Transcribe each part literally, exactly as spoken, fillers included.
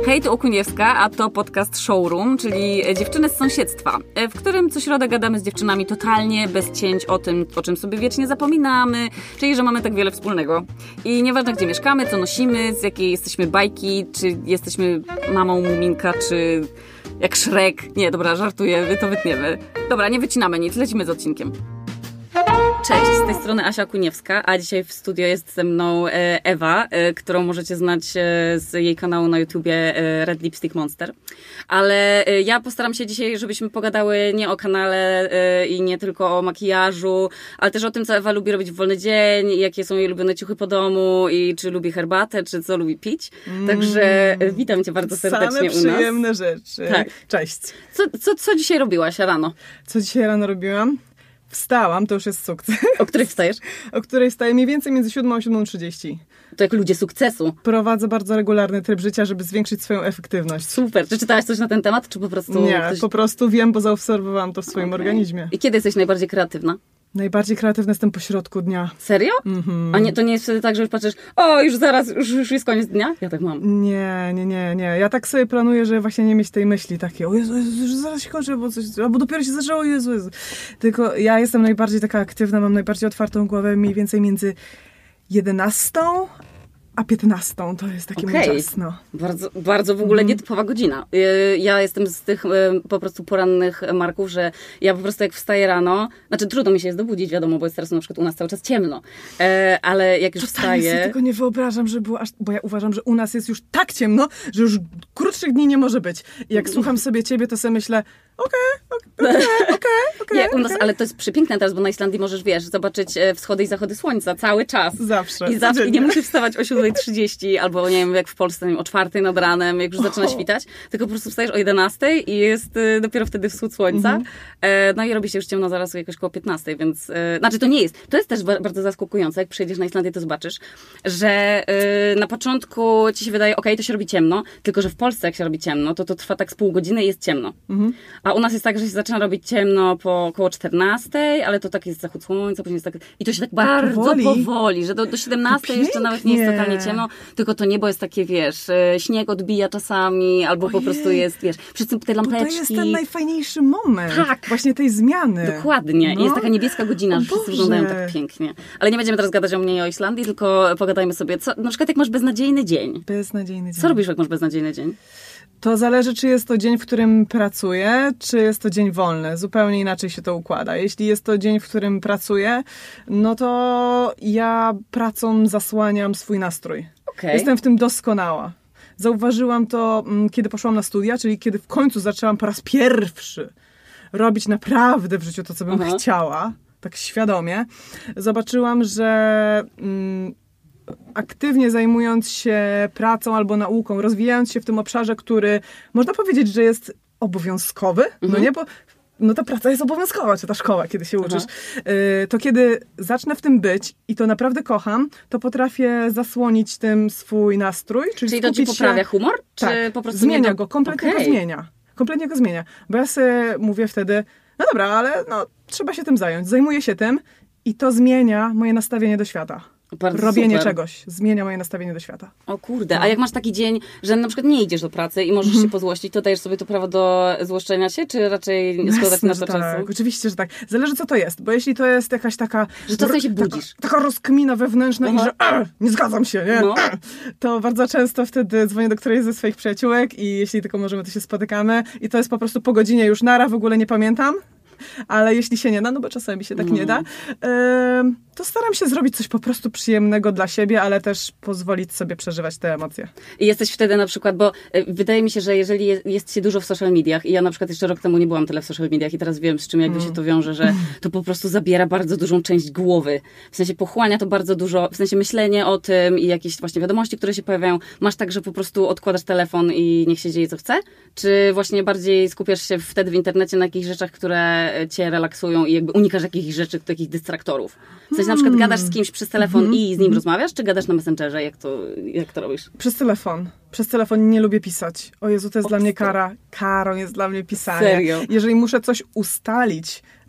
Hej, tu Okuniewska, a to podcast Showroom, czyli Dziewczyny z sąsiedztwa, w którym co środę gadamy z dziewczynami totalnie bez cięć o tym, o czym sobie wiecznie zapominamy, czyli że mamy tak wiele wspólnego. I nieważne, gdzie mieszkamy, co nosimy, z jakiej jesteśmy bajki, czy jesteśmy mamą Muminka, czy jak Shrek. Nie, dobra, żartuję, to wytniemy. Dobra, nie wycinamy nic, lecimy z odcinkiem. Cześć, z tej strony Asia Okuniewska, a dzisiaj w studio jest ze mną Ewa, którą możecie znać z jej kanału na YouTubie Red Lipstick Monster. Ale ja postaram się dzisiaj, żebyśmy pogadały nie o kanale i nie tylko o makijażu, ale też o tym, co Ewa lubi robić w wolny dzień, jakie są jej ulubione ciuchy po domu i czy lubi herbatę, czy co lubi pić. Mm. Także witam cię bardzo serdecznie Same u nas. przyjemne rzeczy. Tak. Cześć. Co, co, co dzisiaj robiłaś rano? Co dzisiaj rano robiłam? Wstałam, to już jest sukces. O której wstajesz? O której wstaję mniej więcej między siódmą a siódmą trzydzieści. To jak ludzie sukcesu. Prowadzę bardzo regularny tryb życia, żeby zwiększyć swoją efektywność. Super. Czy czytałaś coś na ten temat, czy po prostu... Nie, ktoś... po prostu wiem, bo zaobserwowałam to w swoim Okay. organizmie. I kiedy jesteś najbardziej kreatywna? Najbardziej kreatywna jestem po środku dnia. Serio? Mhm. A nie, to nie jest wtedy tak, że już patrzysz, o, już zaraz, już, już jest koniec dnia? Ja tak mam. Nie, nie, nie, nie. Ja tak sobie planuję, że właśnie nie mieć tej myśli takiej, o Jezu, Jezu, już zaraz się kończy, albo coś, albo dopiero się zaczęło, Jezu, Jezu. Tylko ja jestem najbardziej taka aktywna, mam najbardziej otwartą głowę mniej więcej między jedenastą a piętnastą. To jest taki okay. mój czas, no. Bardzo, bardzo w ogóle mm. nietypowa godzina. Ja jestem z tych po prostu porannych marków, że ja po prostu jak wstaję rano, znaczy trudno mi się jest dobudzić, wiadomo, bo jest teraz na przykład u nas cały czas ciemno, ale jak już Totalnie wstaję... sobie tego nie wyobrażam, że było aż... Bo ja uważam, że u nas jest już tak ciemno, że już krótszych dni nie może być. I jak słucham sobie ciebie, to sobie myślę, okej, okej, okej, okej. Nie, u nas, ale to jest przepiękne teraz, bo na Islandii możesz, wiesz, zobaczyć wschody i zachody słońca cały czas. Zawsze. I, zawsze, i nie musisz wstawać o siódma trzydzieści albo, nie wiem, jak w Polsce, nie wiem, o czwartej nad ranem, jak już zaczyna oh. świtać, tylko po prostu wstajesz o jedenastej i jest y, dopiero wtedy wschód słońca. Mm-hmm. E, no i robi się już ciemno zaraz jakoś koło piętnastej, więc... E, znaczy, to nie jest. To jest też ba- bardzo zaskakujące. Jak przyjedziesz na Islandię, to zobaczysz, że y, na początku ci się wydaje, okej, okay, to się robi ciemno, tylko że w Polsce jak się robi ciemno, to to trwa tak z pół godziny i jest ciemno. Mm-hmm. A u nas jest tak, że się zaczyna robić ciemno po około czternastej, ale to tak jest zachód słońca, później jest tak... I to się tak bardzo powoli, powoli że do, do siedemnastej jeszcze nawet nie jest totalnie ciemno, tylko to niebo jest takie, wiesz, śnieg odbija czasami, albo Ojej. po prostu jest, wiesz, wszyscy te lampeczki. Bo to jest ten najfajniejszy moment. Tak. Właśnie tej zmiany. Dokładnie. No. I jest taka niebieska godzina, że wszyscy wyglądają tak pięknie. Ale nie będziemy teraz gadać o mnie i o Islandii, tylko pogadajmy sobie, co, na przykład jak masz beznadziejny dzień. Beznadziejny dzień. Co robisz, jak masz beznadziejny dzień? To zależy, czy jest to dzień, w którym pracuję, czy jest to dzień wolny. Zupełnie inaczej się to układa. Jeśli jest to dzień, w którym pracuję, no to ja pracą zasłaniam swój nastrój. Okay. Jestem w tym doskonała. Zauważyłam to, kiedy poszłam na studia, czyli kiedy w końcu zaczęłam po raz pierwszy robić naprawdę w życiu to, co bym Aha. chciała, tak świadomie. Zobaczyłam, że... Mm, aktywnie zajmując się pracą albo nauką, rozwijając się w tym obszarze, który można powiedzieć, że jest obowiązkowy, mhm. no nie, bo no ta praca jest obowiązkowa, czy ta szkoła, kiedy się uczysz, Aha. to kiedy zacznę w tym być i to naprawdę kocham, to potrafię zasłonić tym swój nastrój. Czyli, czyli to ci poprawia się... humor? Czy tak, po prostu zmienia nie... go, kompletnie okay. go zmienia. Kompletnie go zmienia. Bo ja sobie mówię wtedy, no dobra, ale no, trzeba się tym zająć. Zajmuję się tym i to zmienia moje nastawienie do świata. Bardzo Robienie super. czegoś zmienia moje nastawienie do świata. O kurde, a jak masz taki dzień, że na przykład nie idziesz do pracy i możesz mm. się pozłościć, to dajesz sobie to prawo do złoszczenia się, czy raczej składać na to tak, czasu? Oczywiście, że tak. Zależy, co to jest, bo jeśli to jest jakaś taka... Że czasem się budzisz. Taka, taka rozkmina wewnętrzna Aha. i że nie zgadzam się, nie? No. To bardzo często wtedy dzwonię do którejś ze swoich przyjaciółek i jeśli tylko możemy, to się spotykamy i to jest po prostu po godzinie już nara, w ogóle nie pamiętam. Ale jeśli się nie da, no bo czasami się tak mm. nie da, yy, to staram się zrobić coś po prostu przyjemnego dla siebie, ale też pozwolić sobie przeżywać te emocje. I jesteś wtedy na przykład, bo wydaje mi się, że jeżeli jest, jest się dużo w social mediach i ja na przykład jeszcze rok temu nie byłam tyle w social mediach i teraz wiem, z czym jakby mm. się to wiąże, że to po prostu zabiera bardzo dużą część głowy. W sensie pochłania to bardzo dużo, w sensie myślenie o tym i jakieś właśnie wiadomości, które się pojawiają. Masz tak, że po prostu odkładasz telefon i niech się dzieje co chce? Czy właśnie bardziej skupiasz się wtedy w internecie na jakichś rzeczach, które cię relaksują i jakby unikasz jakichś rzeczy, takich dystraktorów? W sensie na przykład gadasz z kimś przez telefon mm-hmm. i z nim rozmawiasz, czy gadasz na Messengerze? Jak to, jak to robisz? Przez telefon. Przez telefon nie lubię pisać. O Jezu, to jest o, dla mnie kara. Karą jest dla mnie pisanie. Serio? Jeżeli muszę coś ustalić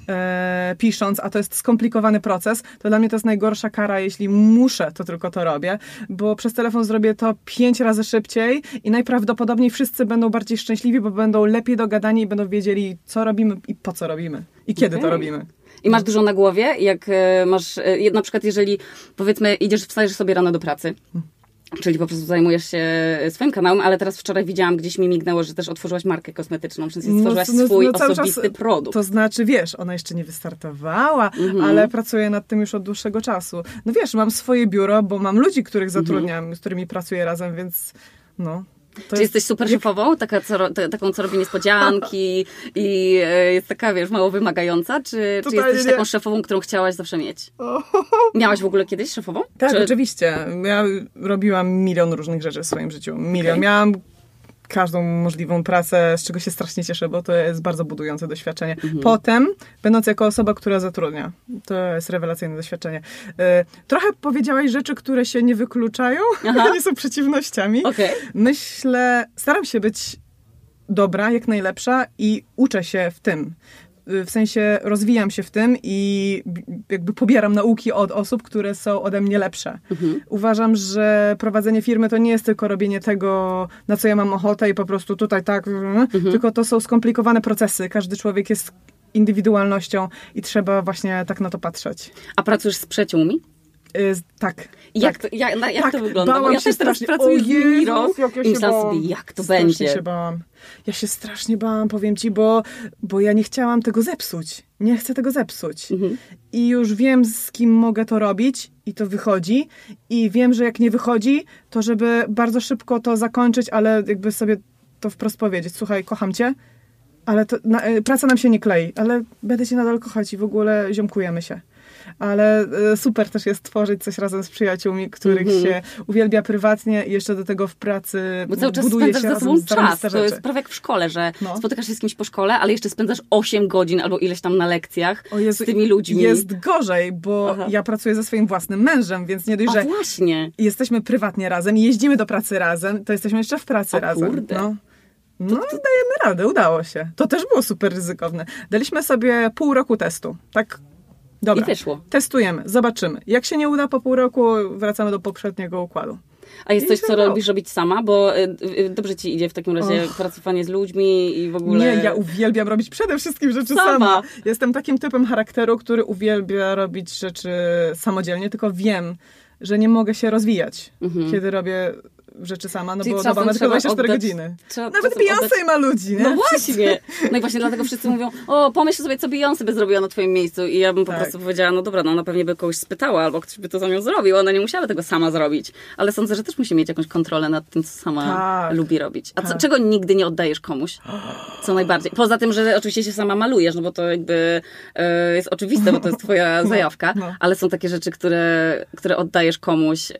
e, pisząc, a to jest skomplikowany proces, to dla mnie to jest najgorsza kara, jeśli muszę, to tylko to robię, bo przez telefon zrobię to pięć razy szybciej i najprawdopodobniej wszyscy będą bardziej szczęśliwi, bo będą lepiej dogadani i będą wiedzieli, co robimy i po co robimy i kiedy okay. to robimy. I masz dużo na głowie, jak masz, na przykład jeżeli, powiedzmy, idziesz, wstajesz sobie rano do pracy, czyli po prostu zajmujesz się swoim kanałem, ale teraz wczoraj widziałam, gdzieś mi mignęło, że też otworzyłaś markę kosmetyczną, czyli stworzyłaś no, swój no, no, osobisty czas, produkt. To znaczy, wiesz, ona jeszcze nie wystartowała, mhm. ale pracuję nad tym już od dłuższego czasu. No wiesz, mam swoje biuro, bo mam ludzi, których zatrudniam, mhm. z którymi pracuję razem, więc no... To Czy jest... jesteś super szefową? Taka, co, t- taką, co robi niespodzianki i e, jest taka, wiesz, mało wymagająca? Czy, czy jesteś nie. taką szefową, którą chciałaś zawsze mieć? Miałaś w ogóle kiedyś szefową? Tak, czy... oczywiście. Ja robiłam milion różnych rzeczy w swoim życiu. Milion. Okay. Miałam każdą możliwą pracę, z czego się strasznie cieszę, bo to jest bardzo budujące doświadczenie. Mhm. Potem, będąc jako osoba, która zatrudnia, to jest rewelacyjne doświadczenie. Trochę powiedziałaś rzeczy, które się nie wykluczają, nie są przeciwnościami. Okay. Myślę, staram się być dobra, jak najlepsza i uczę się w tym. W sensie rozwijam się w tym i jakby pobieram nauki od osób, które są ode mnie lepsze. Mhm. Uważam, że prowadzenie firmy to nie jest tylko robienie tego, na co ja mam ochotę i po prostu tutaj tak, mhm. tylko to są skomplikowane procesy. Każdy człowiek jest indywidualnością i trzeba właśnie tak na to patrzeć. A pracujesz z przyjaciółmi? Yy, tak. Jak, tak. To, jak, jak tak, to wygląda? Bo ja też teraz pracuję z Miro i myślałam sobie, jak to strasznie będzie. Się bałam. Ja się strasznie bałam, powiem ci, bo, bo ja nie chciałam tego zepsuć. Nie chcę tego zepsuć. Mhm. I już wiem, z kim mogę to robić i to wychodzi. I wiem, że jak nie wychodzi, to żeby bardzo szybko to zakończyć, ale jakby sobie to wprost powiedzieć. Słuchaj, kocham cię, ale to, na, praca nam się nie klei, ale będę cię nadal kochać i w ogóle ziomkujemy się. Ale super też jest tworzyć coś razem z przyjaciółmi, których mm-hmm. się uwielbia prywatnie i jeszcze do tego w pracy bo cały czas buduje spędzasz się za sobą czas. To rzeczy. Jest prawie jak w szkole, że no. spotykasz się z kimś po szkole, ale jeszcze spędzasz osiem godzin albo ileś tam na lekcjach o Jezu, z tymi ludźmi. Jest gorzej, bo Aha. ja pracuję ze swoim własnym mężem, więc nie dość, że właśnie. jesteśmy prywatnie razem i jeździmy do pracy razem, to jesteśmy jeszcze w pracy o, razem. Kurde. No. No, to, to... dajemy radę, udało się. To też było super ryzykowne. Daliśmy sobie pół roku testu. Tak. Dobra, i wyszło. Testujemy, zobaczymy. Jak się nie uda po pół roku, wracamy do poprzedniego układu. A jest I coś, co udało. Robisz robić sama? Bo y, y, dobrze ci idzie w takim razie Och. pracowanie z ludźmi i w ogóle... Nie, ja uwielbiam robić przede wszystkim rzeczy sama. sama. Jestem takim typem charakteru, który uwielbia robić rzeczy samodzielnie, tylko wiem, że nie mogę się rozwijać, mhm. kiedy robię rzeczy sama, no Czyli bo doba ma tylko dwadzieścia cztery oddać, godziny. Nawet Beyoncé ma ludzi, nie? No właśnie. No i właśnie dlatego wszyscy mówią, o, pomyśl sobie, co Beyoncé by zrobiła na twoim miejscu. I ja bym po tak. prostu powiedziała, no dobra, no ona pewnie by kogoś spytała, albo ktoś by to za nią zrobił. Ona nie musiała tego sama zrobić. Ale sądzę, że też musi mieć jakąś kontrolę nad tym, co sama tak. lubi robić. A co, tak. czego nigdy nie oddajesz komuś? Co najbardziej? Poza tym, że oczywiście się sama malujesz, no bo to jakby y, jest oczywiste, bo to jest twoja zajawka. No, no. Ale są takie rzeczy, które, które oddajesz komuś. Y,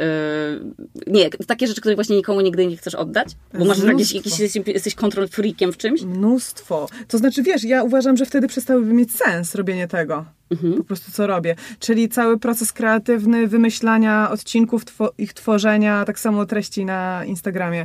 nie, takie rzeczy, które właśnie nikomu nigdy nie chcesz oddać? Bo masz jakiś, jakiś, jesteś kontrol freakiem w czymś? Mnóstwo. To znaczy, wiesz, ja uważam, że wtedy przestałyby mieć sens robienie tego. Mhm. Po prostu co robię. Czyli cały proces kreatywny, wymyślania odcinków, two- ich tworzenia, tak samo treści na Instagramie.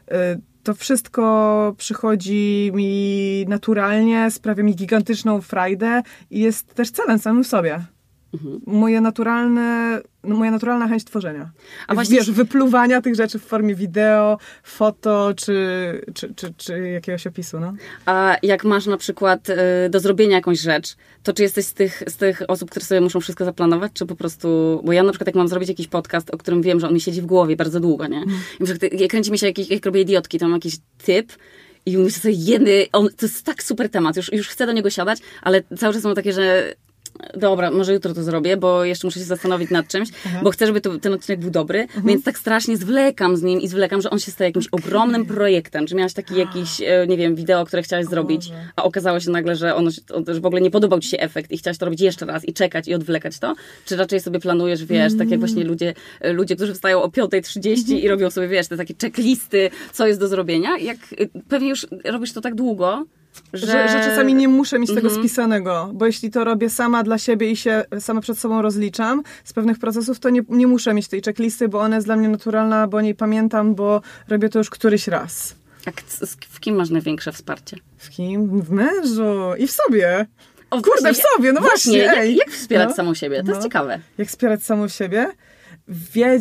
To wszystko przychodzi mi naturalnie, sprawia mi gigantyczną frajdę i jest też celem samym w sobie. Mhm. Moje naturalne, no moja naturalna chęć tworzenia. A właśnie... Wiesz, wypluwania tych rzeczy w formie wideo, foto, czy, czy, czy, czy jakiegoś opisu, no. A jak masz na przykład y, do zrobienia jakąś rzecz, to czy jesteś z tych, z tych osób, które sobie muszą wszystko zaplanować, czy po prostu... Bo ja na przykład jak mam zrobić jakiś podcast, o którym wiem, że on mi siedzi w głowie bardzo długo, nie? Mhm. I przykład, jak kręci mi się, jakiś, jak robię idiotki, to mam jakiś typ, i myślę sobie, jedy, on, to jest tak super temat, już, już chcę do niego siadać, ale cały czas mam takie, że dobra, może jutro to zrobię, bo jeszcze muszę się zastanowić nad czymś, Aha. bo chcę, żeby to, ten odcinek był dobry, mhm. więc tak strasznie zwlekam z nim i zwlekam, że on się staje jakimś okay. ogromnym projektem. Czy miałaś taki jakiś, nie wiem, wideo, które chciałaś o zrobić, Boże. A okazało się nagle, że ono, że w ogóle nie podobał ci się efekt i chciałaś to robić jeszcze raz i czekać i odwlekać to? Czy raczej sobie planujesz, wiesz, mm. tak jak właśnie ludzie, ludzie, którzy wstają o piąta trzydzieści mm. i robią sobie, wiesz, te takie checklisty, co jest do zrobienia? Jak pewnie już robisz to tak długo, Że... Że, że czasami nie muszę mieć mm-hmm. tego spisanego, bo jeśli to robię sama dla siebie i się sama przed sobą rozliczam z pewnych procesów, to nie, nie muszę mieć tej checklisty, bo ona jest dla mnie naturalna, bo o niej pamiętam, bo robię to już któryś raz. A w kim masz największe wsparcie? W kim? W mężu i w sobie. O, Kurde, właśnie, w sobie, no właśnie. właśnie ej. jak, jak wspierać No. samą siebie? To No. jest ciekawe. Jak wspierać samą siebie? Wiedz,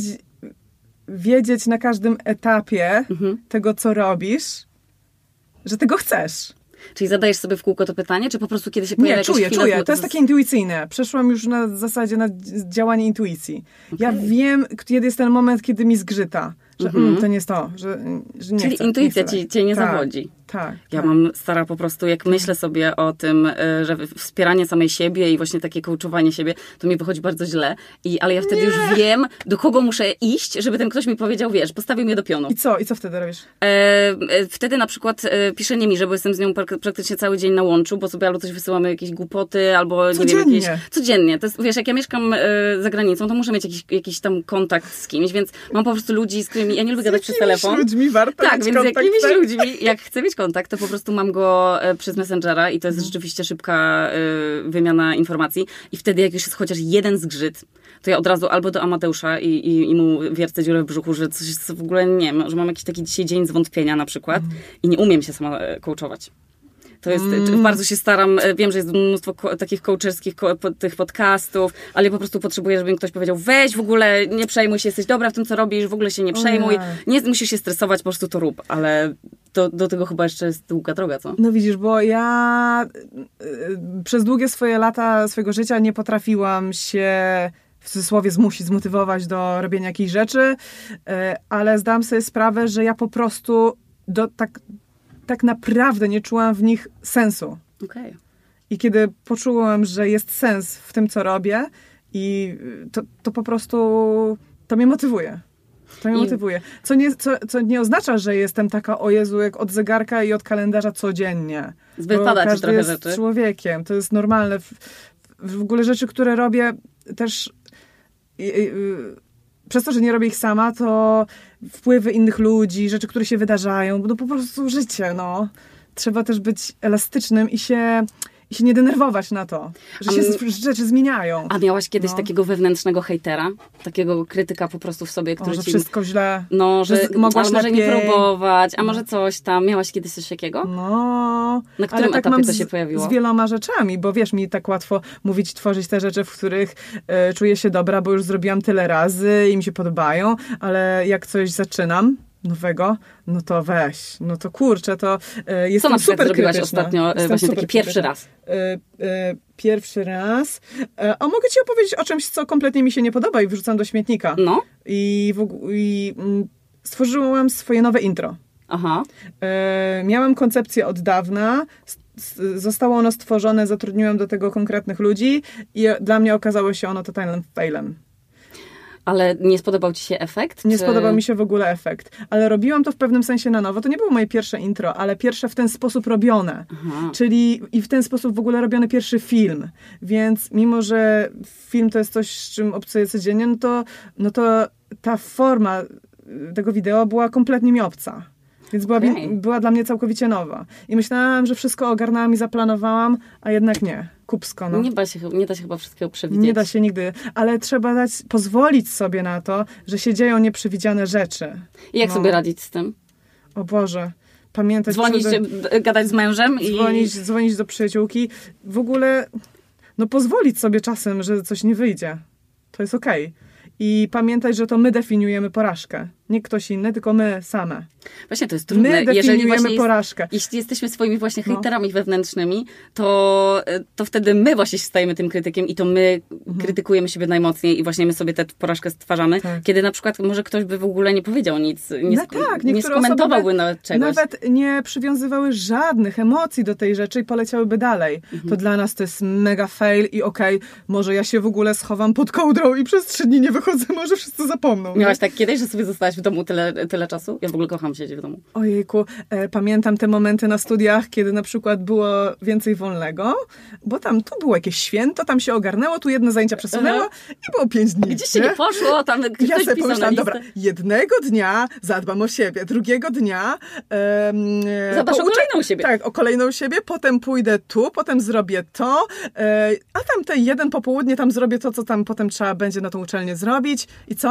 wiedzieć na każdym etapie Mhm. tego, co robisz, że tego chcesz. Czyli zadajesz sobie w kółko to pytanie, czy po prostu kiedy się Nie, pojawia czuję, jakaś chwila... czuję. z- To jest z- takie intuicyjne. Przeszłam już na zasadzie na działanie intuicji. Ja wiem, kiedy jest ten moment, kiedy mi zgrzyta. Że Mhm. mm, to nie jest to, że, że nie Czyli chcę, intuicja nie chcę. ci, cię nie Tak, zawodzi. Tak. Ja tak. mam stara po prostu, jak myślę sobie o tym, y, że wspieranie samej siebie i właśnie takie coachowanie siebie, to mi wychodzi bardzo źle. I, ale ja wtedy już wiem, do kogo muszę iść, żeby ten ktoś mi powiedział, wiesz, postawił mnie do pionu. I co? I co wtedy robisz? E, e, wtedy na przykład e, pisze nie mi, że bo jestem z nią prak- praktycznie cały dzień na łączu, bo sobie albo coś wysyłamy, jakieś głupoty, albo nie wiem, Codziennie. jakieś... Codziennie. To jest, wiesz, jak ja mieszkam e, za granicą, to muszę mieć jakiś, jakiś tam kontakt z kimś, więc mam po prostu ludzi, z którymi ja nie lubię gadać przez telefon. ludźmi warto Tak, mieć więc z kontakt, jakimiś tak? ludźmi, jak chcę mieć kontakt, to po prostu mam go e, przez Messengera i to jest rzeczywiście szybka e, wymiana informacji. I wtedy jak już jest chociaż jeden zgrzyt, to ja od razu albo do Amadeusza i, i, i mu wiercę dziurę w brzuchu, że coś jest w ogóle, nie wiem, że mam jakiś taki dzisiaj dzień zwątpienia na przykład i nie umiem się sama e, coachować. To jest, Mm. bardzo się staram, e, wiem, że jest mnóstwo ko- takich coacherskich ko- po, tych podcastów, ale ja po prostu potrzebuję, żeby mi ktoś powiedział, weź w ogóle, nie przejmuj się, jesteś dobra w tym, co robisz, w ogóle się nie przejmuj, Ojej. nie musisz się stresować, po prostu to rób, ale do, do tego chyba jeszcze jest długa droga, co? No widzisz, bo ja y, y, przez długie swoje lata swojego życia nie potrafiłam się w cudzysłowie zmusić, zmotywować do robienia jakichś rzeczy, y, ale zdałam sobie sprawę, że ja po prostu do, tak, tak naprawdę nie czułam w nich sensu. Okej. I kiedy poczułam, że jest sens w tym, co robię, i to, to po prostu to mnie motywuje. To mnie I- motywuje. Co nie, co, co nie oznacza, że jestem taka, o Jezu, jak od zegarka i od kalendarza codziennie. Wypada ci każdy trochę jest rzeczy. człowiekiem. To jest normalne. W, w ogóle rzeczy, które robię też... i- i- y, przez to, że nie robię ich sama, to wpływy innych ludzi, rzeczy, które się wydarzają, no po prostu życie, no. Trzeba też być elastycznym i się, i się nie denerwować na to, że A się m- z- rzeczy zmieniają. A miałaś kiedyś No. takiego wewnętrznego hejtera? Takiego krytyka po prostu w sobie, O, który że ci... wszystko źle. No, że że z- mogłaś ale może nie lepiej. próbować, a może coś tam. Miałaś kiedyś coś takiego? No, Na którym ale tak etapie mam to z- się pojawiło? Z wieloma rzeczami, bo wiesz, mi tak łatwo mówić, tworzyć te rzeczy, w których e, czuję się dobra, bo już zrobiłam tyle razy i mi się podobają, ale jak coś zaczynam nowego, no to weź, no to kurczę, to e, jestem Co na przykład super zrobiłaś krytyczna. ostatnio, e, Jestem właśnie super taki pierwszy krytyczna. raz? E, e, pierwszy raz. E, a mogę ci opowiedzieć o czymś, co kompletnie mi się nie podoba i wyrzucam do śmietnika. No? I, w, ogó- i mm, stworzyłam swoje nowe intro. Aha. E, miałam koncepcję od dawna, s- s- zostało ono stworzone, zatrudniłam do tego konkretnych ludzi i dla mnie okazało się ono totalnym failem. Ale nie spodobał ci się efekt? Nie czy... spodobał mi się w ogóle efekt, ale robiłam to w pewnym sensie na nowo. To nie było moje pierwsze intro, ale pierwsze w ten sposób robione. Aha. Czyli i w ten sposób w ogóle robiony pierwszy film. Więc mimo, że film to jest coś, z czym obcuję codziennie, no to, no to ta forma tego wideo była kompletnie mi obca. Więc była, Okej. była dla mnie całkowicie nowa. I myślałam, że wszystko ogarnęłam i zaplanowałam, a jednak nie. Kupsko, no. Nie, da się, nie da się chyba wszystkiego przewidzieć. Nie da się nigdy, ale trzeba dać, pozwolić sobie na to, że się dzieją nieprzewidziane rzeczy. I jak No. sobie radzić z tym? O Boże, pamiętać... Dzwonić, żeby- d- gadać z mężem i... dzwonić, dzwonić do przyjaciółki. W ogóle, no pozwolić sobie czasem, że coś nie wyjdzie. To jest okej. I pamiętać, że to my definiujemy porażkę. Nie ktoś inny, tylko my same. Właśnie to jest trudne. My Jeżeli definiujemy właśnie jest, porażkę. jeśli jesteśmy swoimi właśnie No. hejterami wewnętrznymi, to, to wtedy my właśnie stajemy tym krytykiem i to my krytykujemy siebie najmocniej i właśnie my sobie tę porażkę stwarzamy. Tak. Kiedy na przykład może ktoś by w ogóle nie powiedział nic, nie, No sk- tak, nie niektóre skomentowałby osoby nawet czegoś. Nawet nie przywiązywały żadnych emocji do tej rzeczy i poleciałyby dalej. Mhm. To dla nas to jest mega fail i okej, może ja się w ogóle schowam pod kołdrą i przez trzy dni nie wychodzę, może wszyscy zapomną. nie? Miałaś tak kiedyś, że sobie zostałaś w domu tyle, tyle czasu? Ja w ogóle kocham siedzieć w domu. Ojejku, e, pamiętam te momenty na studiach, kiedy na przykład było więcej wolnego, bo tam tu było jakieś święto, tam się ogarnęło, tu jedno zajęcia przesunęło Aha. i było pięć dni. Gdzieś się nie poszło, tam ktoś Ja sobie pisał na pomyślałam, listę. dobra, jednego dnia zadbam o siebie, drugiego dnia em, e, Zadbasz o pouczę- kolejną siebie. Tak, o kolejną siebie, potem pójdę tu, potem zrobię to, e, a tam ten jeden popołudnie tam zrobię to, co tam potem trzeba będzie na tą uczelnię zrobić i co?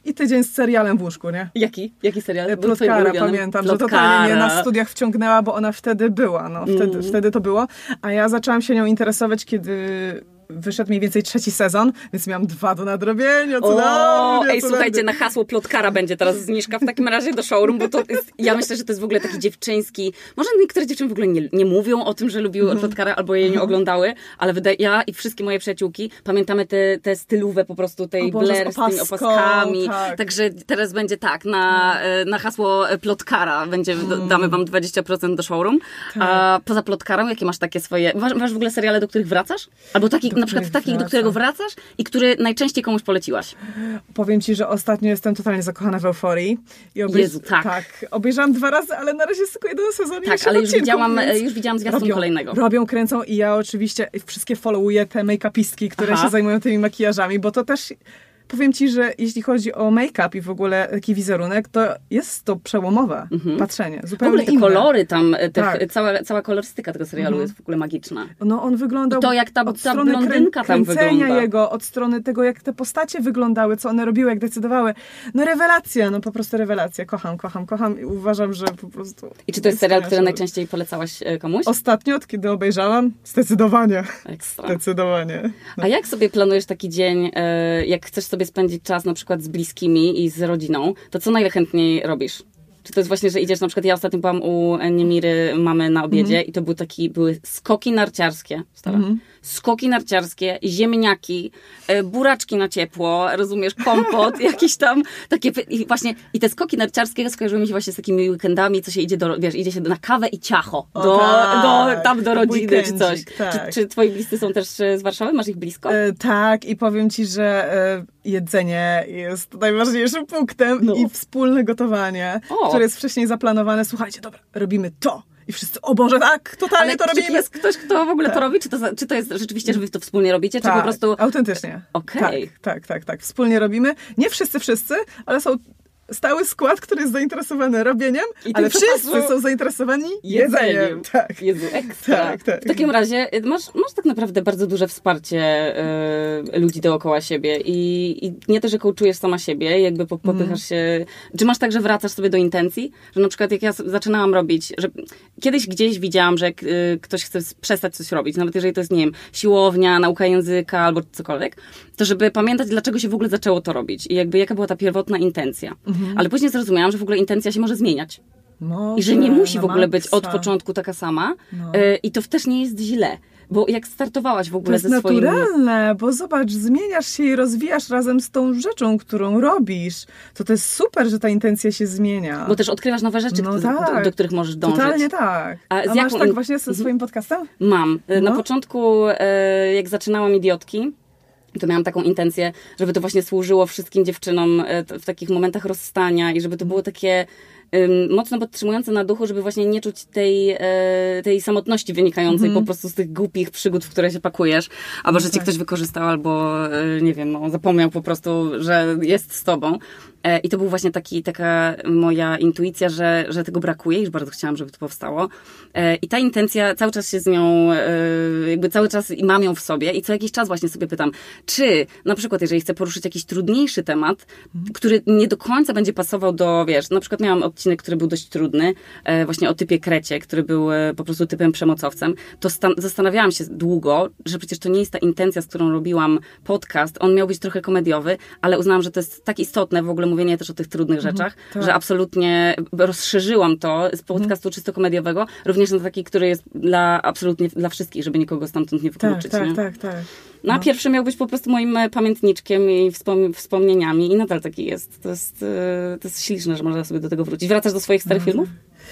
i tydzień z serialem w łóżku, nie? Jaki? Jaki serial? Plotkara, pamiętam, Plotkara. Że totalnie mnie na studiach wciągnęła, bo ona wtedy była, no, wtedy, mm. wtedy to było, a ja zaczęłam się nią interesować, kiedy wyszedł mniej więcej trzeci sezon, więc miałam dwa do nadrobienia. O, cudownie, ej, słuchajcie, na hasło Plotkara będzie teraz zniżka w takim razie do showroom, bo to jest, ja myślę, że to jest w ogóle taki dziewczyński, może niektóre dziewczyny w ogóle nie, nie mówią o tym, że lubiły mm. Plotkara albo jej nie oglądały, ale wydaje, ja i wszystkie moje przyjaciółki pamiętamy te, te stylówę po prostu tej Boże, Blair z, z tymi opaskami. Tak. Także teraz będzie tak, na, na hasło Plotkara będzie, mm. damy wam dwadzieścia procent do showroom. Tak. A poza Plotkarą, jakie masz takie swoje, masz, masz w ogóle seriale, do których wracasz? Albo taki na przykład takich, do którego wracasz i który najczęściej komuś poleciłaś. Powiem ci, że ostatnio jestem totalnie zakochana w Euforii. I obejrz... Jezu, tak. tak. Obejrzałam dwa razy, ale na razie jest tylko jeden sezon. Tak, ale już widziałam, więc... już widziałam zwiastun robią, kolejnego. Robią, kręcą i ja oczywiście wszystkie followuję te make-upistki, które Aha. się zajmują tymi makijażami, bo to też... Powiem ci, że jeśli chodzi o make-up i w ogóle taki wizerunek, to jest to przełomowe mhm. patrzenie. Zupełnie w ogóle te inne. kolory tam, te, tak. cała, cała kolorystyka tego serialu mhm. jest w ogóle magiczna. No on wyglądał... I to jak ta, od ta strony blondynka krę- tam wygląda. jego, od strony tego, jak te postacie wyglądały, co one robiły, jak decydowały. No rewelacja, no po prostu rewelacja. Kocham, kocham, kocham i uważam, że po prostu... I czy to jest serial, który najczęściej polecałaś komuś? Ostatnio, od kiedy obejrzałam, zdecydowanie. Ekstra. Zdecydowanie. No. A jak sobie planujesz taki dzień, jak chcesz sobie spędzić czas na przykład z bliskimi i z rodziną, to co najchętniej robisz? Czy to jest właśnie, że idziesz, na przykład ja ostatnio byłam u Niemiry mamy na obiedzie mm-hmm. i to były taki, były skoki narciarskie, stara. Mm-hmm. Skoki narciarskie, ziemniaki, e, buraczki na ciepło, rozumiesz, kompot, jakiś tam takie, i właśnie, i te skoki narciarskie skojarzyły mi się właśnie z takimi weekendami, co się idzie do, wiesz, idzie się na kawę i ciacho, do, o, tak, do, tam do rodziny czy coś. Tak. Czy, czy twoi bliscy są też z Warszawy? Masz ich blisko? E, tak i powiem ci, że e, jedzenie jest najważniejszym punktem no. i wspólne gotowanie, o. które jest wcześniej zaplanowane. Słuchajcie, dobra, robimy to. I wszyscy, o Boże, tak, totalnie Ale to czy robimy. jest ktoś, kto w ogóle tak. to robi? Czy to, czy to jest rzeczywiście, że wy to wspólnie robicie? Tak, czy po prostu... autentycznie. Okej. Okay. Tak, tak, tak, tak. Wspólnie robimy. Nie wszyscy, wszyscy, ale są stały skład, który jest zainteresowany robieniem, ale wszyscy pasu... są zainteresowani jedzeniem. jedzeniem. Tak. Jezu, ekstra. Tak, tak. W takim razie masz, masz tak naprawdę bardzo duże wsparcie y, ludzi dookoła siebie i, i nie to, że coachujesz sama siebie, jakby popychasz mm. się... Czy masz tak, że wracasz sobie do intencji? Że na przykład jak ja zaczynałam robić, że kiedyś gdzieś widziałam, że jak y, ktoś chce przestać coś robić, nawet jeżeli to jest, nie wiem, siłownia, nauka języka albo cokolwiek, to żeby pamiętać, dlaczego się w ogóle zaczęło to robić i jakby jaka była ta pierwotna intencja. Mhm. Ale później zrozumiałam, że w ogóle intencja się może zmieniać. Może, I że nie musi w ogóle być od początku taka sama. No. Y, I to też nie jest źle. Bo jak startowałaś w ogóle ze swoim... To jest naturalne, bo zobacz, zmieniasz się i rozwijasz razem z tą rzeczą, którą robisz. To to jest super, że ta intencja się zmienia. Bo też odkrywasz nowe rzeczy, no tak. do, do których możesz dążyć. Totalnie tak. A, A masz tak właśnie ze swoim podcastem? Mam. No. Na początku, jak zaczynałam Idiotki, to miałam taką intencję, żeby to właśnie służyło wszystkim dziewczynom w takich momentach rozstania i żeby to było takie mocno podtrzymujące na duchu, żeby właśnie nie czuć tej, tej samotności wynikającej mm. po prostu z tych głupich przygód, w które się pakujesz, albo że cię tak. ktoś wykorzystał, albo nie wiem, no, zapomniał po prostu, że jest z tobą. I to był właśnie taki, taka moja intuicja, że, że tego brakuje i już bardzo chciałam, żeby to powstało. I ta intencja, cały czas się z nią, jakby cały czas i mam ją w sobie i co jakiś czas właśnie sobie pytam, czy na przykład jeżeli chcę poruszyć jakiś trudniejszy temat, mhm. który nie do końca będzie pasował do, wiesz, na przykład miałam odcinek, który był dość trudny, właśnie o typie Krecie, który był po prostu typem przemocowcem, to stan- zastanawiałam się długo, że przecież to nie jest ta intencja, z którą robiłam podcast, on miał być trochę komediowy, ale uznałam, że to jest tak istotne w ogóle mówienie też o tych trudnych mhm, rzeczach, tak. że absolutnie rozszerzyłam to z podcastu mhm. czysto komediowego, również na taki, który jest dla absolutnie dla wszystkich, żeby nikogo stamtąd nie wykluczyć. Tak, tak, nie? tak, tak. No a pierwszy miał być po prostu moim pamiętniczkiem i wspom- wspomnieniami i nadal taki jest. To jest, to jest śliczne, że można sobie do tego wrócić. Wracasz do swoich starych no, filmów?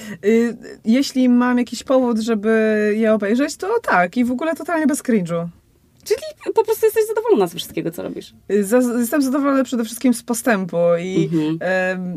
Y- jeśli mam jakiś powód, żeby je obejrzeć, to tak. I w ogóle totalnie bez cringe'u. Czyli po prostu jesteś zadowolona ze wszystkiego, co robisz? Z- jestem zadowolona przede wszystkim z postępu i, mhm. y-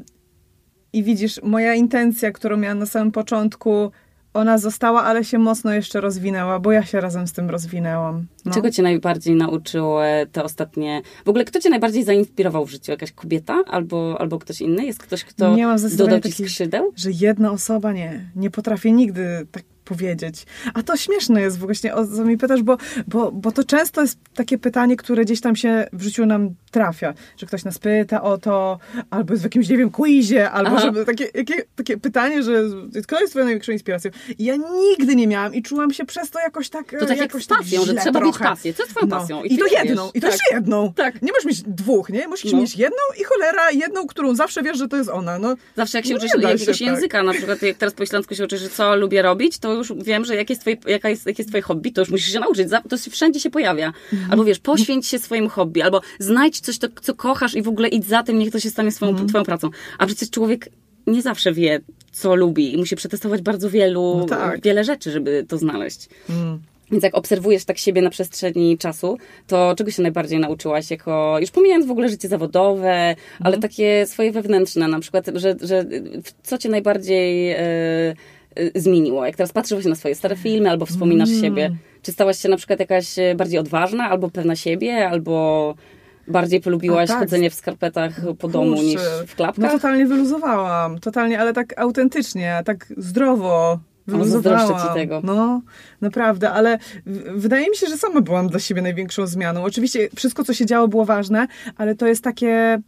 i widzisz, moja intencja, którą miałam na samym początku, ona została, ale się mocno jeszcze rozwinęła, bo ja się razem z tym rozwinęłam. No. Czego cię najbardziej nauczyło te ostatnie... W ogóle kto cię najbardziej zainspirował w życiu? Jakaś kobieta albo, albo ktoś inny? Jest ktoś, kto dodał ci skrzydeł? Że jedna osoba nie. Nie potrafię nigdy tak powiedzieć. A to śmieszne jest właśnie, o co mi pytasz, bo, bo, bo to często jest takie pytanie, które gdzieś tam się w życiu nam trafia, że ktoś nas pyta o to, albo jest w jakimś, nie wiem, quizie, albo żeby takie, jakie, takie pytanie, że kto jest twoją największą inspiracją? I ja nigdy nie miałam i czułam się przez to jakoś tak To tak jakoś jak z pasją, tak że trzeba trochę. mieć pasję. Co jest twoją No. pasją? I, I to jedną, wiesz. i to tak. też jedną. Tak. Nie możesz mieć dwóch, nie? Musisz No. mieć jedną i cholera, jedną, którą zawsze wiesz, że to jest ona. No. Zawsze jak się Nie uczysz da jakiegoś się tak. języka, na przykład jak teraz po islandzku się uczysz, że co lubię robić, to już wiem, że jakie jest twoje, jaka jest, jakie jest twoje hobby, to już musisz się nauczyć. To wszędzie się pojawia. Mhm. Albo wiesz, poświęć się swoim hobby, albo znajdź coś, to, co kochasz i w ogóle idź za tym, niech to się stanie swoją, Mhm. twoją pracą. A przecież człowiek nie zawsze wie, co lubi i musi przetestować bardzo wielu, No tak. wiele rzeczy, żeby to znaleźć. Mm. Więc jak obserwujesz tak siebie na przestrzeni czasu, to czego się najbardziej nauczyłaś jako, już pomijając w ogóle życie zawodowe, Mhm. ale takie swoje wewnętrzne, na przykład, że, że co cię najbardziej e, e, zmieniło? Jak teraz patrzysz na swoje stare filmy albo wspominasz Mm. siebie, czy stałaś się na przykład jakaś bardziej odważna, albo pewna siebie, albo bardziej polubiłaś A, tak. chodzenie w skarpetach po domu Kurczę. niż w klapkach? No totalnie wyluzowałam. Totalnie, ale tak autentycznie, tak zdrowo. Wyluzowałam. zazdroszczę ci tego. No, naprawdę, ale w- wydaje mi się, że sama byłam dla siebie największą zmianą. Oczywiście wszystko, co się działo, było ważne, ale to jest takie...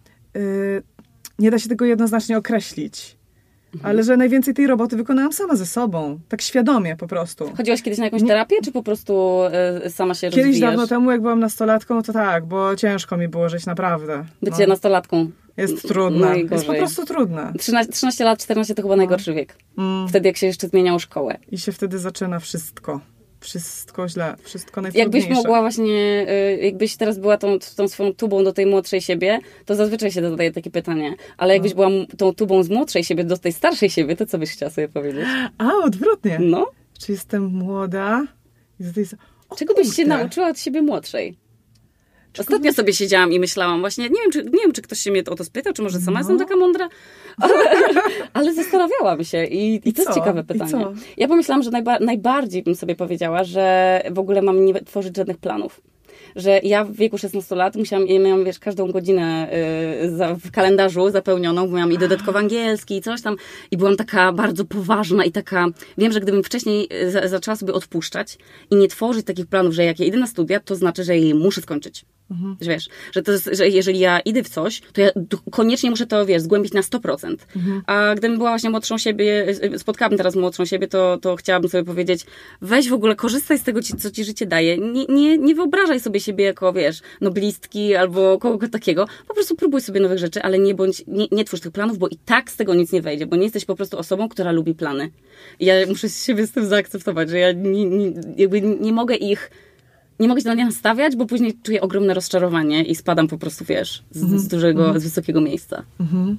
Yy, nie da się tego jednoznacznie określić. Mhm. Ale że najwięcej tej roboty wykonałam sama ze sobą. Tak świadomie po prostu. Chodziłaś kiedyś na jakąś terapię, czy po prostu e, sama się Kiedyś rozwijasz? dawno temu, jak byłam nastolatką, to tak, bo ciężko mi było żyć, naprawdę. Bycie No. nastolatką. Jest trudne. Najgorzej. Jest po prostu trudne. trzynaście, trzynaście lat, czternaście to chyba najgorszy wiek. Mm. Wtedy, jak się jeszcze zmieniało szkołę. I się wtedy zaczyna wszystko. Wszystko źle. Wszystko najtrudniejsze. Jakbyś mogła właśnie, y, jakbyś teraz była tą, tą swoją tubą do tej młodszej siebie, to zazwyczaj się zadaje takie pytanie. Ale jakbyś była m- tą tubą z młodszej siebie do tej starszej siebie, to co byś chciała sobie powiedzieć? A, odwrotnie. No? Czy jestem młoda? I za tej... o, Czego byś się kurde. nauczyła od siebie młodszej? Ostatnio sobie siedziałam i myślałam właśnie, nie wiem, czy, nie wiem, czy ktoś się mnie o to spytał, czy może sama No. jestem taka mądra, ale, ale zastanawiałam się i, i, I to jest co? ciekawe I pytanie. co? Ja pomyślałam, że najba- najbardziej bym sobie powiedziała, że w ogóle mam nie tworzyć żadnych planów. Że ja w wieku szesnastu lat musiałam, ja miałam, wiesz, każdą godzinę y, za, w kalendarzu zapełnioną, bo miałam i dodatkowo angielski i coś tam i byłam taka bardzo poważna i taka, wiem, że gdybym wcześniej y, za, zaczęła sobie odpuszczać i nie tworzyć takich planów, że jak ja idę na studia, to znaczy, że je muszę skończyć. Mhm. Że wiesz, że, to jest, że jeżeli ja idę w coś, to ja d- koniecznie muszę to, wiesz, zgłębić na sto procent. Mhm. A gdybym była właśnie młodszą siebie, spotkałabym teraz młodszą siebie, to, to chciałabym sobie powiedzieć, weź w ogóle, korzystaj z tego, ci- co ci życie daje. Nie, nie, nie wyobrażaj sobie siebie jako, wiesz, noblistki albo kogoś takiego. Po prostu próbuj sobie nowych rzeczy, ale nie bądź, nie, nie twórz tych planów, bo i tak z tego nic nie wejdzie, bo nie jesteś po prostu osobą, która lubi plany. I ja muszę siebie z tym zaakceptować, że ja nie, nie, jakby nie mogę ich Nie mogę się na nie nastawiać, bo później czuję ogromne rozczarowanie i spadam po prostu, wiesz, z, Mhm. z dużego, Mhm. z wysokiego miejsca. Mhm.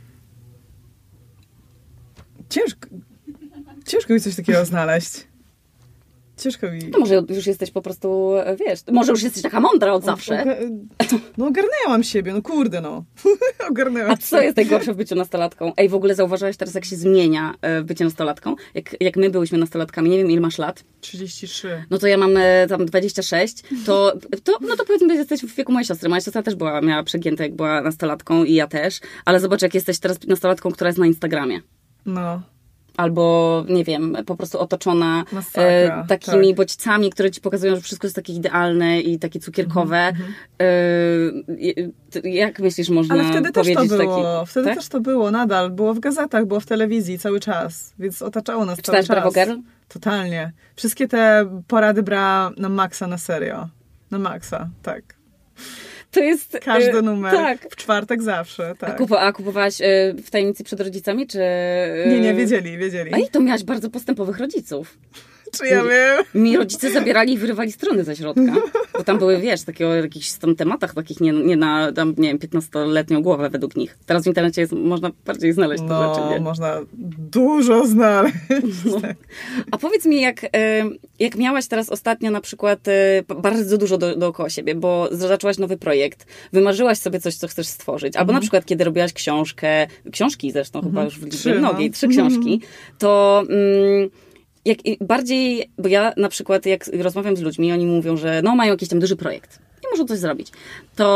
Ciężko, ciężko mi coś takiego znaleźć. Ciężko mi... No może już jesteś po prostu, wiesz, może już jesteś taka mądra od zawsze. Oga- No ogarnęłam siebie, no kurde no. Ogarnęłam A co jest najgorsze w byciu nastolatką? Ej, w ogóle zauważyłaś teraz, jak się zmienia e, bycie nastolatką? Jak, jak my byłyśmy nastolatkami, nie wiem, ile masz lat? trzydzieści trzy. No to ja mam e, tam dwadzieścia sześć, to, to, no to powiedzmy, że jesteś w wieku mojej siostry. Moja siostra też była, miała przegięte, jak była nastolatką i ja też, ale zobacz, jak jesteś teraz nastolatką, która jest na Instagramie. No. Albo, nie wiem, po prostu otoczona Masakra, e, takimi tak. bodźcami, które ci pokazują, że wszystko jest takie idealne i takie cukierkowe. Mhm, E, t- jak myślisz, można Ale wtedy też to powiedzieć było. taki... Wtedy tak? też to było, nadal. Było w gazetach, było w telewizji cały czas. Więc otaczało nas cały Czytałaś czas. Bravo Girl? Totalnie. Wszystkie te porady brała na maksa, na serio. Na maksa, tak. To jest... Każdy e, numer. Tak. W czwartek zawsze, A, tak. kupo, a kupowałaś e, w tajemnicy przed rodzicami, czy... e, Nie, nie, wiedzieli, wiedzieli. Ej, to miałaś bardzo postępowych rodziców. Czy ja wiem? Mi rodzice zabierali i wyrywali strony ze środka. Bo tam były, wiesz, takie o jakichś tam tematach takich nie, nie na, tam, nie wiem, piętnastoletnią głowę według nich. Teraz w internecie jest, można bardziej znaleźć te No, rzeczy, nie? można dużo znaleźć. No. A powiedz mi, jak, e, jak miałaś teraz ostatnio na przykład e, bardzo dużo do, dookoła siebie, bo zaczęłaś nowy projekt, wymarzyłaś sobie coś, co chcesz stworzyć, albo na przykład kiedy robiłaś książkę, książki zresztą chyba już w liczbie Trzy, no. mnogiej, trzy książki, to... Mm, jak i bardziej, bo ja na przykład jak rozmawiam z ludźmi, oni mówią, że no mają jakiś tam duży projekt i muszą coś zrobić, to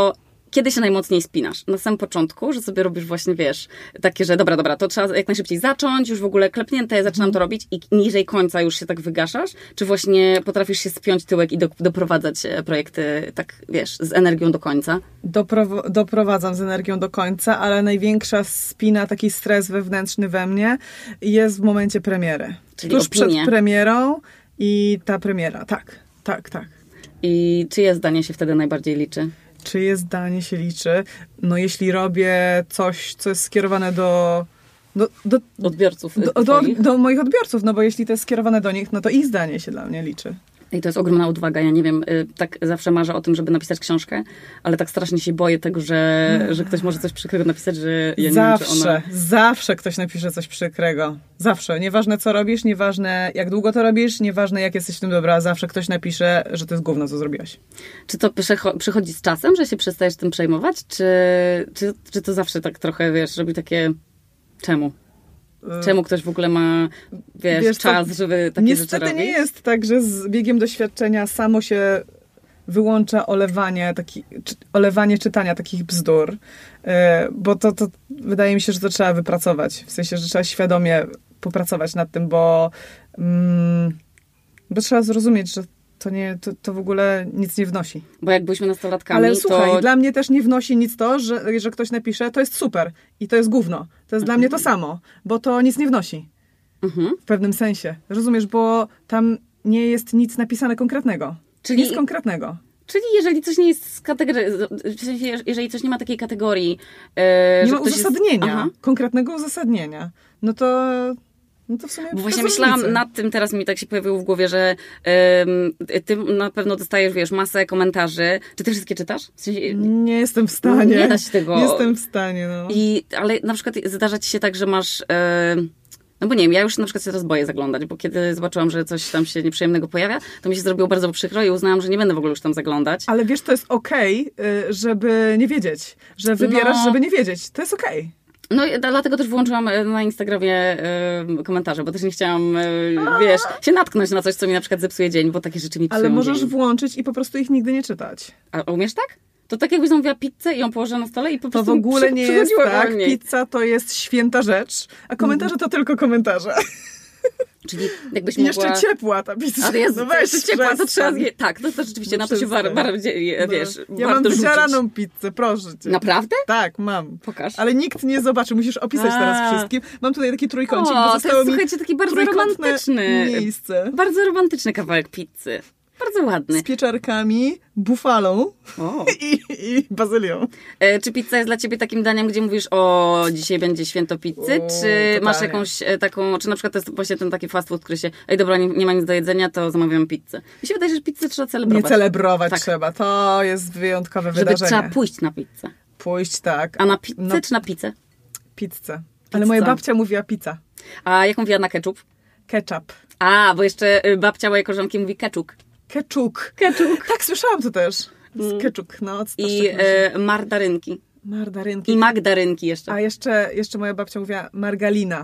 kiedy się najmocniej spinasz? Na samym początku, że sobie robisz właśnie, wiesz, takie, że dobra, dobra, to trzeba jak najszybciej zacząć, już w ogóle klepnięte, ja zaczynam to robić i niżej końca już się tak wygaszasz? Czy właśnie potrafisz się spiąć tyłek i do, doprowadzać projekty, tak, wiesz, z energią do końca? Doprow- doprowadzam z energią do końca, ale największa spina, taki stres wewnętrzny we mnie jest w momencie premiery. Czyli tuż opinie. przed premierą i ta premiera, tak, tak, tak. I czyje zdanie się wtedy najbardziej liczy? Czyje zdanie się liczy? No jeśli robię coś, co jest skierowane do... do, do Odbiorców do, do, do moich odbiorców, no bo jeśli to jest skierowane do nich, no to ich zdanie się dla mnie liczy. I to jest ogromna odwaga. Ja nie wiem, tak zawsze marzę o tym, żeby napisać książkę, ale tak strasznie się boję tego, że, że ktoś może coś przykrego napisać, że ja nie zawsze, wiem, czy ona... zawsze ktoś napisze coś przykrego. Zawsze. Nieważne co robisz, nieważne jak długo to robisz, nieważne jak jesteś w tym dobra, zawsze ktoś napisze, że to jest gówno, co zrobiłaś. Czy to przycho- przychodzi z czasem, że się przestajesz tym przejmować? Czy, czy, czy to zawsze tak trochę, wiesz, robi takie... Czemu? Czemu ktoś w ogóle ma, wiesz, wiesz czas, to, żeby takie rzeczy robić? Niestety nie jest tak, że z biegiem doświadczenia samo się wyłącza olewanie, taki, czy, olewanie czytania takich bzdur, yy, bo to, to wydaje mi się, że to trzeba wypracować. W sensie, że trzeba świadomie popracować nad tym, bo, mm, bo trzeba zrozumieć, że to, nie, to, to w ogóle nic nie wnosi. Bo jak byliśmy nastolatkami, Ale słuchaj, to... dla mnie też nie wnosi nic to, że, że ktoś napisze, to jest super i to jest gówno. To jest mhm. dla mnie to samo, bo to nic nie wnosi. Mhm. W pewnym sensie. Rozumiesz, bo tam nie jest nic napisane konkretnego. Czyli nic konkretnego. Czyli jeżeli coś nie jest z kategorii, w sensie, jeżeli coś nie ma takiej kategorii... Yy, nie ma uzasadnienia, jest... konkretnego uzasadnienia, no to... No to w sumie Bo właśnie myślałam nad tym, teraz mi tak się pojawiło w głowie, że ym, ty na pewno dostajesz, wiesz, masę komentarzy. Czy ty wszystkie czytasz? W sensie, nie jestem w stanie. Nie da się tego. Nie jestem w stanie, no. I, ale na przykład zdarza ci się tak, że masz... Yy, no bo nie wiem, ja już na przykład się teraz boję zaglądać, bo kiedy zobaczyłam, że coś tam się nieprzyjemnego pojawia, to mi się zrobiło bardzo przykro i uznałam, że nie będę w ogóle już tam zaglądać. Ale wiesz, to jest okej, okay, żeby nie wiedzieć. Że wybierasz, no. żeby nie wiedzieć. To jest okej. Okay. No i dlatego też włączyłam na Instagramie y, komentarze, bo też nie chciałam, y, wiesz, się natknąć na coś, co mi na przykład zepsuje dzień, bo takie rzeczy mi psują Ale możesz dzień. włączyć i po prostu ich nigdy nie czytać. A umiesz tak? To tak jakbyś zamówiła pizzę i ją położyła na stole i po prostu to w ogóle przy, nie jest tak. Pizza to jest święta rzecz, a komentarze to tylko komentarze. Czyli jakbyś I mogła... jeszcze ciepła ta pizza. Ale jest no weź, ciepła, to trzeba zje... Tak, to, to rzeczywiście, no na to się war, bardziej, no. wiesz, Ja warto mam wycieraną pizzę, proszę cię. Naprawdę? Tak, mam. Pokaż. Ale nikt nie zobaczy, musisz opisać a. teraz wszystkim. Mam tutaj taki trójkącik, o, bo zostało to jest, słuchajcie, taki bardzo romantyczny miejsce. Bardzo romantyczny kawałek pizzy. Bardzo ładny. Z pieczarkami, bufalą i, i bazylią. E, czy pizza jest dla ciebie takim daniem, gdzie mówisz, o, dzisiaj będzie święto pizzy? O, czy totalnie. Masz jakąś e, taką, czy na przykład to jest właśnie ten taki fast food, który się, ej dobra, nie, nie ma nic do jedzenia, to zamawiam pizzę. Mi się wydaje, że pizzę trzeba celebrować. Nie celebrować tak. trzeba. To jest wyjątkowe Żeby wydarzenie. trzeba pójść na pizzę. Pójść, tak. A na pizzę no, czy na pizzę? Pizzę. Ale moja babcia mówiła pizza. A jak mówiła na ketchup? Ketchup. A, bo jeszcze babcia mojej koleżanki mówi keczuk. Keczuk. Keczuk. Tak, słyszałam to też. Mm. Keczuk, no. I e, mardarynki. Mardarynki. I magdarynki jeszcze. A jeszcze, jeszcze moja babcia mówiła margalina.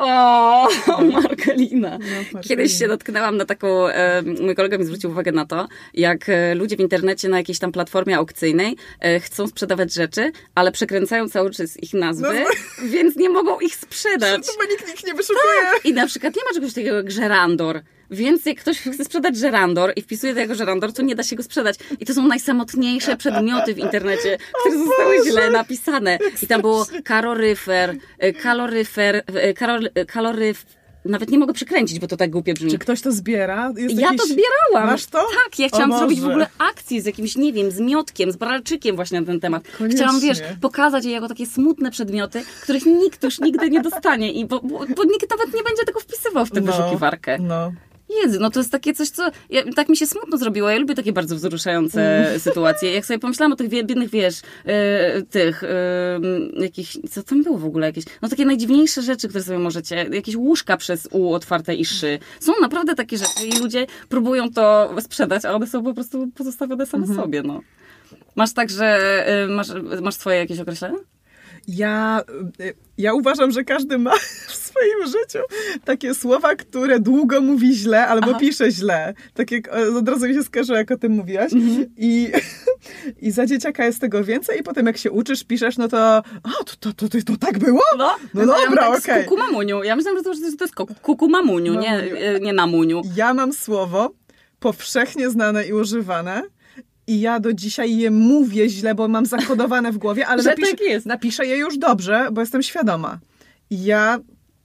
O, margalina. No, margalina. Kiedyś się dotknęłam na taką, e, mój kolega mi zwrócił uwagę na to, jak e, ludzie w internecie na jakiejś tam platformie aukcyjnej e, chcą sprzedawać rzeczy, ale przekręcają cały czas ich nazwy, no, więc nie mogą ich sprzedać. To bo nikt ich nie wyszukuje. Tak. I na przykład nie ma czegoś takiego jak żerandor. Więc jak ktoś chce sprzedać żerandor i wpisuje to jako żerandor, to nie da się go sprzedać. I to są najsamotniejsze przedmioty w internecie, które zostały źle napisane. I tam było karoryfer, kaloryfer, kalor, kaloryf... Nawet nie mogę przekręcić, bo to tak głupie brzmi. Czy ktoś to zbiera? Jest ja jakiś... to zbierałam. Masz to? Tak, ja chciałam zrobić w ogóle akcję z jakimś, nie wiem, z miotkiem, z bralczykiem właśnie na ten temat. Koniecznie. Chciałam, wiesz, pokazać je jako takie smutne przedmioty, których nikt już nigdy nie dostanie. I bo, bo, bo nikt nawet nie będzie tego wpisywał w tę no, wyszukiwarkę. No. Jezu, no to jest takie coś, co... Ja, tak mi się smutno zrobiło. Ja lubię takie bardzo wzruszające mm. sytuacje. Jak sobie pomyślałam o tych biednych, wiesz, yy, tych, yy, jakichś... Co tam było w ogóle jakieś? No takie najdziwniejsze rzeczy, które sobie możecie... Jakieś łóżka przez U otwarte i szy. Są naprawdę takie rzeczy i ludzie próbują to sprzedać, a one są po prostu pozostawione same mm-hmm. sobie, no. Masz tak, że... Yy, masz, masz swoje jakieś określenia? Ja, ja uważam, że każdy ma w swoim życiu takie słowa, które długo mówi źle albo Aha. pisze źle. Tak jak od razu mi się skojarzyło, jak o tym mówiłaś. Mm-hmm. I, I za dzieciaka jest tego więcej i potem jak się uczysz, piszesz, no to a, to, to, to, to, to tak było? No, no dobra, ja tak okej. Okay. Kuku mamuniu. Ja myślałam, że to, że to jest kuku mamuniu, nie, nie namuniu. Ja mam słowo powszechnie znane i używane. I ja do dzisiaj je mówię źle, bo mam zakodowane w głowie, ale napisz, tak jest. napiszę je już dobrze, bo jestem świadoma. I ja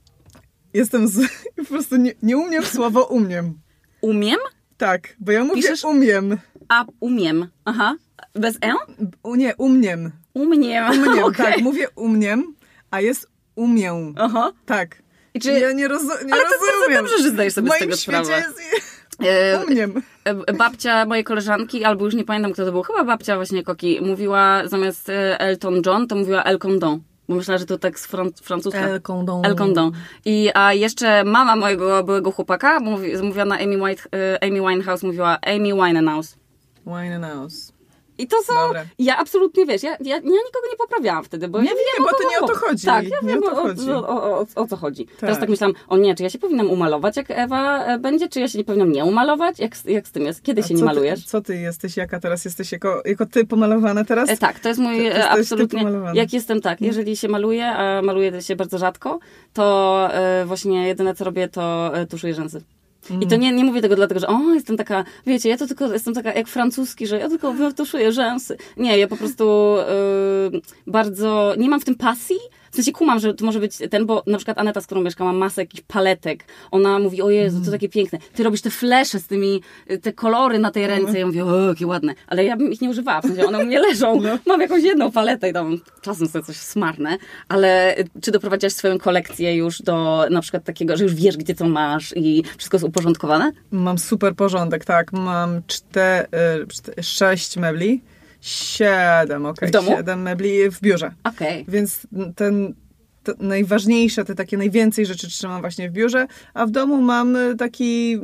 jestem z... po prostu nie, nie umiem słowo umiem. Umiem? Tak, bo ja mówię Piszesz? umiem. A, umiem. Aha. Bez e? U, nie, umiem. Umiem. Umiem, okay. tak, mówię umiem, a jest umię. Aha. Tak. I czy... Ja nie, rozu... nie ale rozumiem. Ale to bardzo dobrze, że zdajesz sobie z tego sprawę. Jest... Umiem. Babcia mojej koleżanki, albo już nie pamiętam, kto to był, chyba babcia właśnie Koki, mówiła zamiast Elton John, to mówiła El Condon. Bo myślała, że to tak z fran- francuska. El Condon. El Condon. I, a jeszcze mama mojego byłego chłopaka, mówi, mówiła na Amy, White, Amy Winehouse, mówiła Amy Winehouse. Winehouse. I to są... Dobre. Ja absolutnie, wiesz, ja, ja, ja nikogo nie poprawiałam wtedy, bo nie, ja nie, wiem, bo to nie o to chodzi. Tak, ja nie wiem, o, to o, chodzi. O, o, o, o co chodzi. Tak. Teraz tak myślałam, o nie, czy ja się powinnam umalować, jak Ewa będzie, czy ja się nie powinnam nie umalować? Jak, jak z tym jest? Kiedy A się nie malujesz? Ty, co ty jesteś? Jaka teraz jesteś? Jako, jako ty pomalowana teraz? E, tak, to jest mój to, to absolutnie... Jak jestem, tak. Jeżeli się maluję, a maluję się bardzo rzadko, to e, właśnie jedyne, co robię, to e, tuszuję rzęsy. I to nie, nie mówię tego dlatego, że o, jestem taka, wiecie, ja to tylko jestem taka jak francuski, że ja tylko wytuszuję rzęsy. Nie, ja po prostu yy, bardzo, nie mam w tym pasji. W sensie kumam, że to może być ten, bo na przykład Aneta, z którą mieszkam, ma masę jakichś paletek. Ona mówi, o Jezu, to takie piękne. Ty robisz te flesze z tymi, te kolory na tej ręce. Ja mówię, o, jakie ładne. Ale ja bym ich nie używała. W sensie one u mnie leżą. No. Mam jakąś jedną paletę i tam czasem sobie coś smarnę. Ale czy doprowadziłaś swoją kolekcję już do na przykład takiego, że już wiesz, gdzie co masz i wszystko jest uporządkowane? Mam super porządek, tak. Mam cztery, cztery, sześć mebli. Siedem, okej. Okay. Siedem mebli w biurze. Okej. Okay. Więc ten, te najważniejsze, te takie najwięcej rzeczy trzymam właśnie w biurze, a w domu mam taki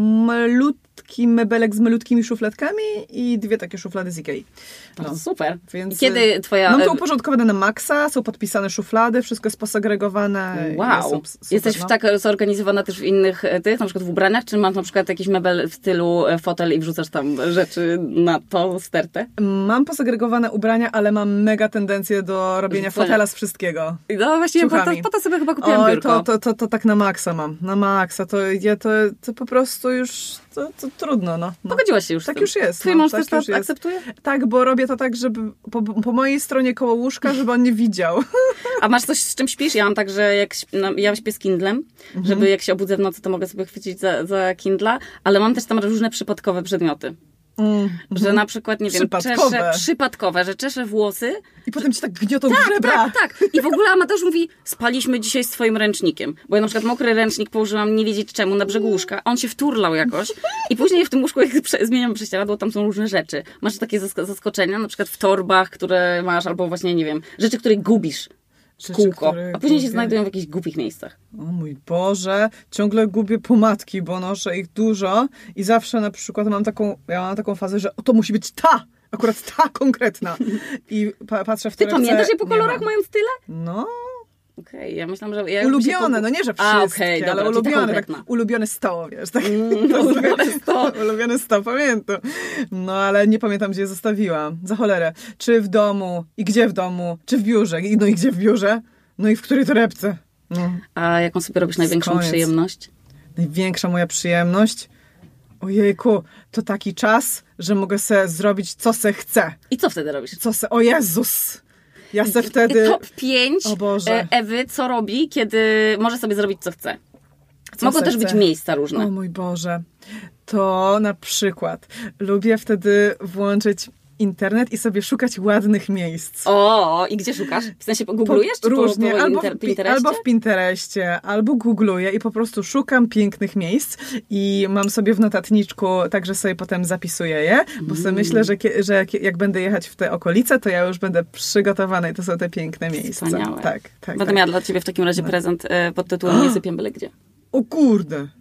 malutki mebelek z malutkimi szufladkami i dwie takie szuflady z Ikei. No, super. Więc kiedy twoja... Mam to uporządkowane na maksa, są podpisane szuflady, wszystko jest posegregowane. Wow. Jest super, Jesteś no. tak zorganizowana też w innych tych, na przykład w ubraniach, czy masz na przykład jakiś mebel w stylu fotel i wrzucasz tam rzeczy na tą stertę? Mam posegregowane ubrania, ale mam mega tendencję do robienia fotela z wszystkiego. No właśnie, po to, po to sobie chyba kupiłam Oj, biurko. To, to, to, to tak na maksa mam. Na maksa. To, ja, to, to po prostu już to, to trudno. No, no. Pogodziłaś się już Tak z tym. już jest. Twój no, mąż tak też to akceptuje? Tak, bo robię to tak, żeby po, po mojej stronie koło łóżka, żeby on nie widział. A masz coś, z czym śpisz? Ja mam tak, że jak no, ja śpię z Kindlem, mhm. żeby jak się obudzę w nocy, to mogę sobie chwycić za, za Kindla, ale mam też tam różne przypadkowe przedmioty. Mm, że na przykład, nie wiem, przypadkowe. czeszę, przypadkowe, że czeszę włosy. I potem ci tak gniotą tak, żebra. Tak, tak. I w ogóle Amateusz mówi, spaliśmy dzisiaj z twoim ręcznikiem. Bo ja na przykład mokry ręcznik położyłam nie wiedzieć czemu na brzegu łóżka, a on się wturlał jakoś. I później w tym łóżku, jak prze, zmieniam prześcieradło, tam są różne rzeczy. Masz takie zask- zaskoczenia, na przykład w torbach, które masz, albo właśnie, nie wiem, rzeczy, które gubisz. W kółko, a później się znajdują w jakichś głupich miejscach. O mój Boże, ciągle gubię pomadki, bo noszę ich dużo i zawsze na przykład mam taką, ja mam taką fazę, że o, to musi być ta, akurat ta konkretna. I pa- patrzę w Ty torebce, pamiętasz je po kolorach mając tyle? No. Okej, okay, ja myślałam, że... Ja ulubione, po... no nie, że wszystkie, a, okay, dobra, ale ulubione, tak, ulubione sto, wiesz. Tak, mm, to ulubione sto. Ulubione sto, pamiętam. No, ale nie pamiętam, gdzie je zostawiłam. Za cholerę. Czy w domu, i gdzie w domu, czy w biurze, no i gdzie w biurze, no i w której torebce. No. A jaką sobie robisz największą Koniec. przyjemność? Największa moja przyjemność? Ojejku, to taki czas, że mogę sobie zrobić, co se chcę. I co wtedy robisz? Co se... O Jezus! Ja se wtedy... Top pięć o Boże. Ewy, co robi, kiedy może sobie zrobić, co chce. Co Mogą też chcę? być miejsca różne. O mój Boże. To na przykład lubię wtedy włączyć internet i sobie szukać ładnych miejsc. O, i gdzie szukasz? W sensie googlujesz? Po, czy różnie, po, po albo, inter, w, Pinterestie? albo w Pinterestie, albo googluję i po prostu szukam pięknych miejsc i mam sobie w notatniczku, także sobie potem zapisuję je, bo sobie mm. myślę, że, że jak, jak będę jechać w te okolice, to ja już będę przygotowana i to są te piękne miejsca. Wspaniałe. Tak, tak, Będę tak. miała dla ciebie w takim razie prezent pod tytułem Nie sypię byle gdzie. O kurde!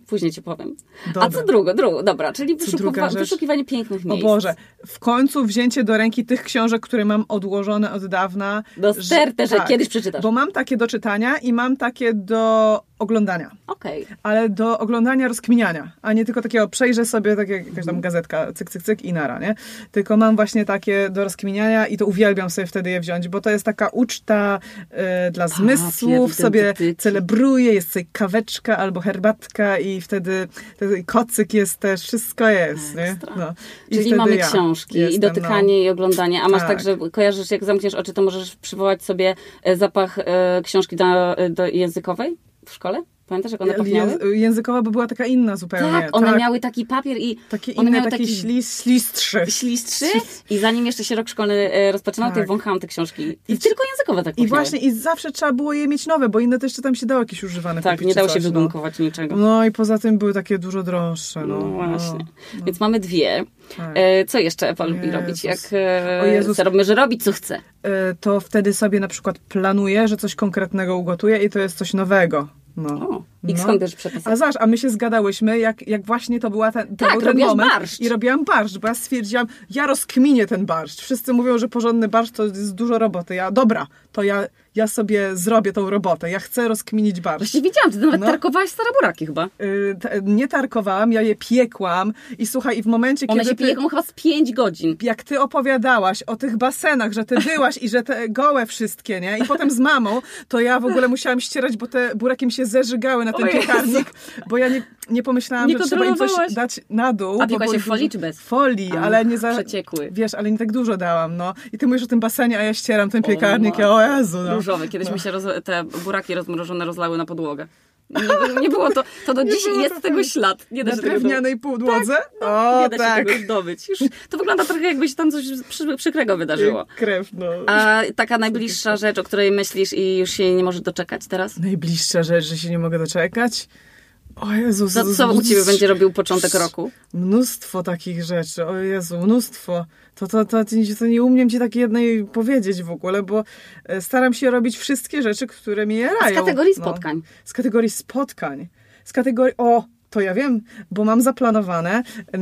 Później ci powiem. Dobra. A co drugo? Drugo, dobra, czyli wyszukiwa- wyszukiwanie pięknych miejsc. O Boże, w końcu wzięcie do ręki tych książek, które mam odłożone od dawna. Do stertę, że, że tak, kiedyś przeczytasz. Bo mam takie do czytania i mam takie do oglądania. Okej. Okay. Ale do oglądania, rozkminiania, a nie tylko takiego przejrzę sobie, tak jak jakaś tam gazetka, cyk, cyk, cyk i nara, nie? Tylko mam właśnie takie do rozkminiania i to uwielbiam sobie wtedy je wziąć, bo to jest taka uczta y, dla zmysłów, sobie celebruję, jest sobie kaweczka albo herbatka i wtedy, wtedy kocyk jest też, wszystko jest, nie? No. Czyli mamy ja książki jestem, i dotykanie no. i oglądanie, a masz tak. tak, że kojarzysz, jak zamkniesz oczy, to możesz przywołać sobie zapach e, książki do, do językowej w szkole? Pamiętasz, jak one pachniały? Językowa by była taka inna zupełnie. Tak, one tak. miały taki papier i... Takie inne, takie taki ślis, ślistrzy. Ślistrzy i zanim jeszcze się rok szkolny rozpoczynał, tak. to ja wąchałam te książki. I, I tylko językowe tak I pachniały. Właśnie, i zawsze trzeba było je mieć nowe, bo inne to jeszcze tam się dało jakieś używane. Tak, nie dało się wygumkować no. niczego. No i poza tym były takie dużo droższe. No, no właśnie. No. Więc mamy dwie. Tak. Co jeszcze Ewa lubi robić? Jak o Jezus. robimy, że robi co chce. To wtedy sobie na przykład planuję, że coś konkretnego ugotuję i to jest coś nowego. No. O, i no. skąd bierzesz przepisy? A zaś, a my się zgadałyśmy, jak, jak właśnie to, była ten, to tak, był ten moment. Barszcz. I robiłam barszcz, bo ja stwierdziłam, ja rozkminię ten barszcz. Wszyscy mówią, że porządny barszcz to jest dużo roboty. Ja, dobra, to ja, ja sobie zrobię tą robotę. Ja chcę rozkminić barszcz. Właśnie widziałam, ty nawet no. tarkowałaś stare buraki chyba. Yy, t- nie tarkowałam, ja je piekłam i słuchaj, i w momencie, One kiedy się pieką ty, chyba z pięć godzin. Jak ty opowiadałaś o tych basenach, że ty byłaś i że te gołe wszystkie, nie? I potem z mamą, to ja w ogóle musiałam ścierać, bo te buraki mi się zeżygały na ten piekarnik, bo ja nie, nie pomyślałam, nie że trzeba im coś dać na dół. A piekłaś się w folii czy bez? W folii, a, ale nie za... Przeciekły. Wiesz, ale nie tak dużo dałam, no. I ty mówisz o tym basenie, a ja ścieram ten piekarnik, o, ja, o Jezu. No. Różowy. Kiedyś no. mi się roz... te buraki rozmrożone rozlały na podłogę. Nie, nie było to, to do dziś jest to tego ślad. Nie da na się drewnianej tego... podłodze? Tak, o, nie da tak. się tego zdobyć. Już to wygląda trochę jakby się tam coś przy, przykrego wydarzyło. Krew, no. A taka najbliższa rzecz, o której myślisz i już się nie możesz doczekać teraz? Najbliższa rzecz, że się nie mogę doczekać? O Jezus. Co, co u Ciebie będzie robił początek roku? Mnóstwo takich rzeczy. O Jezu, mnóstwo. To, to, to, to nie umiem Ci takiej jednej powiedzieć w ogóle, bo staram się robić wszystkie rzeczy, które mnie jarają. Z kategorii spotkań. No, z kategorii spotkań. Z kategorii... O! To ja wiem, bo mam zaplanowane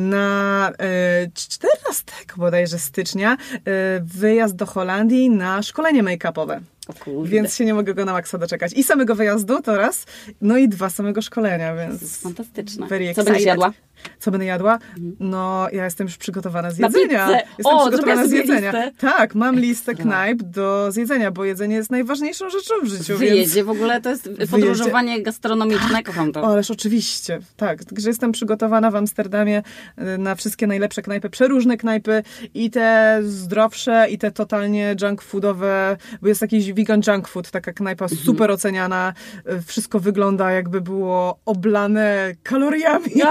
na e, czternastego bodajże stycznia e, wyjazd do Holandii na szkolenie make-upowe. Więc się nie mogę go na maksa doczekać. I samego wyjazdu to raz, no i dwa samego szkolenia, więc... To jest fantastyczne. Co będziesz jadła? Co będę jadła? No, ja jestem już przygotowana z jedzenia. Jestem o, przygotowana z jedzenia. Listę. Tak, mam listę knajp do zjedzenia, bo jedzenie jest najważniejszą rzeczą w życiu. Wyjedzie więc... w ogóle, to jest podróżowanie Wyjedzie. gastronomiczne, tak, kocham to. O, ależ oczywiście, tak. Także jestem przygotowana w Amsterdamie na wszystkie najlepsze knajpy, przeróżne knajpy i te zdrowsze, i te totalnie junk foodowe, bo jest jakiś vegan junk food, taka knajpa mhm. super oceniana. Wszystko wygląda jakby było oblane kaloriami. Ja!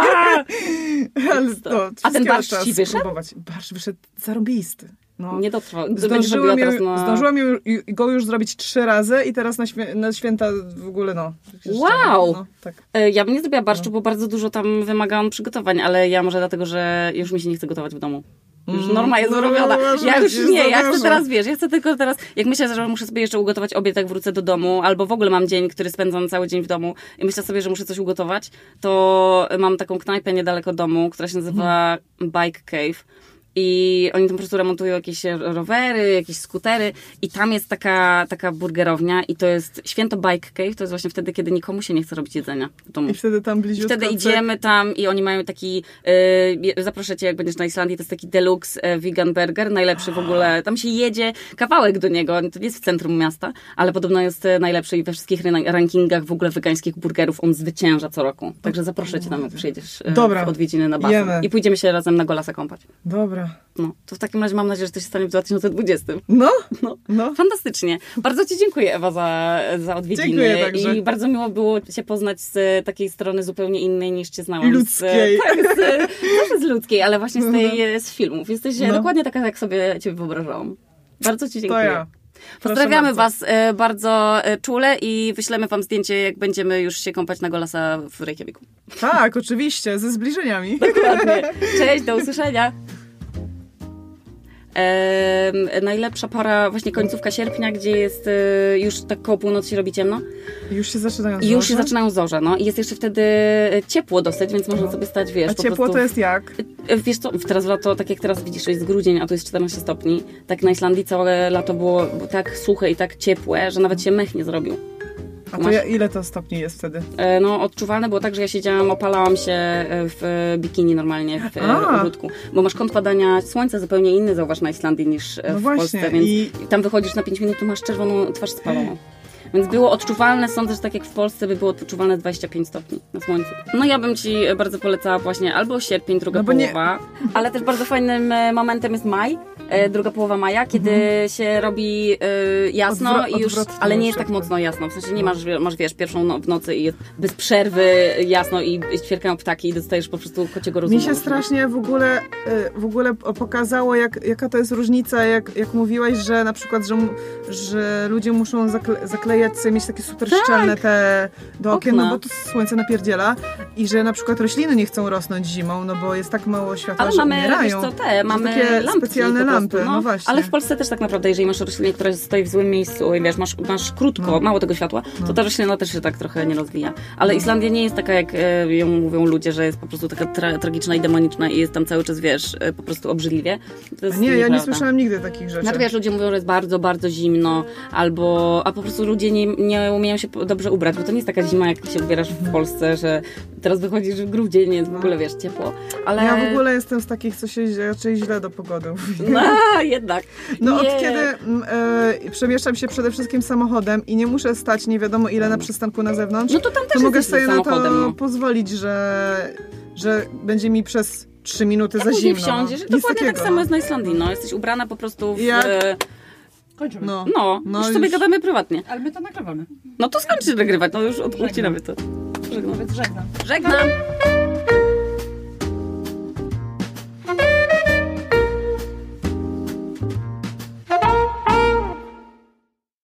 Ale, no, a ten barszcz ci wyszedł? Spróbować. Barszcz wyszedł zarąbisty. No. Nie dotrwał. Zdążyłam, teraz na... zdążyłam ją, go już zrobić trzy razy i teraz na, świe, na święta w ogóle no. Wow! No, tak. Ja bym nie zrobiła barszczu, no. bo bardzo dużo tam wymagałam przygotowań, ale ja może dlatego, że już mi się nie chce gotować w domu. Już norma jest zrobiona. Ja już nie, ja chcę teraz, wiesz, ja chcę tylko teraz, jak myślę, że muszę sobie jeszcze ugotować obiad, jak wrócę do domu, albo w ogóle mam dzień, który spędzam cały dzień w domu i myślę sobie, że muszę coś ugotować, to mam taką knajpę niedaleko domu, która się nazywa Bike Cave. I oni tam po prostu remontują jakieś rowery, jakieś skutery i tam jest taka, taka burgerownia i to jest święto Bike Cave, to jest właśnie wtedy, kiedy nikomu się nie chce robić jedzenia w domu. I wtedy tam bliziutko. I wtedy idziemy tam i oni mają taki, yy, zaproszę cię, jak będziesz na Islandii, to jest taki deluxe yy, vegan burger, najlepszy w ogóle. Tam się jedzie kawałek do niego, to nie jest w centrum miasta, ale podobno jest najlepszy i we wszystkich rankingach w ogóle wegańskich burgerów on zwycięża co roku. Także zaproszę cię tam, jak przyjedziesz yy, w odwiedziny na basen. Jemy. I pójdziemy się razem na Golasa kąpać. Dobra. No, to w takim razie mam nadzieję, że to się stanie w dwa tysiące dwudziestym. No, no, no. Fantastycznie. Bardzo Ci dziękuję, Ewa, za, za odwiedziny. Dziękuję także. I bardzo miło było Cię poznać z takiej strony zupełnie innej niż Cię znałam. Ludzkiej. Z, tak, z, też z ludzkiej, ale właśnie z tej, z filmów. Jesteś no. dokładnie taka, jak sobie Ciebie wyobrażałam. Bardzo Ci dziękuję. To ja. Pozdrawiamy bardzo. Was e, bardzo e, czule i wyślemy Wam zdjęcie, jak będziemy już się kąpać na Golasa w Reykjaviku. Tak, oczywiście, ze zbliżeniami. Dokładnie. Cześć, do usłyszenia. E, najlepsza pora właśnie końcówka sierpnia, gdzie jest e, już tak koło północy się robi ciemno. Już się zaczynają zorze? Już się zaczynają zorze, no. I jest jeszcze wtedy ciepło dosyć, więc można sobie stać, wiesz, A po ciepło prostu... to jest jak? Wiesz co, teraz lato, tak jak teraz widzisz, jest grudzień, a tu jest czternaście stopni. Tak na Islandii całe lato było tak suche i tak ciepłe, że nawet się mech nie zrobił. A to ja, ile to stopni jest wtedy? E, no, odczuwalne było tak, że ja siedziałam, opalałam się w bikini normalnie w A. ogródku. Bo masz kąt padania słońca zupełnie inny, zauważ, na Islandii niż No w właśnie, Polsce, więc i- tam wychodzisz na pięć minut, to masz czerwoną twarz spaloną. Więc było odczuwalne, sądzę, że tak jak w Polsce by było odczuwalne dwadzieścia pięć stopni na słońcu. No ja bym ci bardzo polecała właśnie albo sierpień, druga No bo nie- połowa, ale też bardzo fajnym e, momentem jest maj, e, druga połowa maja, kiedy się robi e, jasno Odwro- i już, odwrotnie ale nie już jest tak jakby. mocno jasno, w sensie nie masz, masz wiesz, pierwszą no, w nocy i jest bez przerwy jasno i ćwierkają ptaki i dostajesz po prostu kociego rozumu. Mi się strasznie w ogóle, y, w ogóle pokazało, jak, jaka to jest różnica, jak, jak mówiłaś, że na przykład, że, mu- że ludzie muszą zakle, zaklejać sobie, mieć takie super Tak. szczelne te do okien, Okna. no bo to słońce napierdziela i że na przykład rośliny nie chcą rosnąć zimą, no bo jest tak mało światła, Ale że mamy, umierają. wiesz co, te, mamy takie lampki specjalne po prostu, lampy, no właśnie. Ale w Polsce też tak naprawdę, jeżeli masz roślinę, która stoi w złym miejscu i wiesz, masz, masz krótko, No. mało tego światła, to ta roślina też się tak trochę nie rozwija. Ale Islandia nie jest taka, jak e, ją mówią ludzie, że jest po prostu taka tra tragiczna i demoniczna i jest tam cały czas, wiesz, e, po prostu obrzydliwie. To jest Nie, ja nie nieprawda. słyszałam nigdy takich rzeczy. Znaczy wiesz, ludzie mówią, że jest bardzo, bardzo zimno, albo, a po prostu ludzie nie, nie umieją się po- dobrze ubrać, bo to nie jest taka zima, jak się ubierasz w Polsce, że teraz wychodzisz w grudzień, jest w ogóle, wiesz, ciepło. Ale... Ja w ogóle jestem z takich, co się raczej źle do pogody mówi. No, jednak. No Nie. od kiedy mm, e, przemieszczam się przede wszystkim samochodem i nie muszę stać nie wiadomo ile na przystanku na zewnątrz, No to tam też to mogę jesteś sobie na to samochodem, no. pozwolić, że, że będzie mi przez trzy minuty za Jak zimno. nie wsiądziesz, no. to Nic dokładnie tak takiego. samo jest na Islandii, no. Jesteś ubrana po prostu w... Jak- e, Kończymy. No, No, No już już- sobie gadamy prywatnie. Ale my to nagrywamy. No to skończysz nagrywać, no już od- odcinamy to. Żegnam. Powiedz żegnam. Żegnam!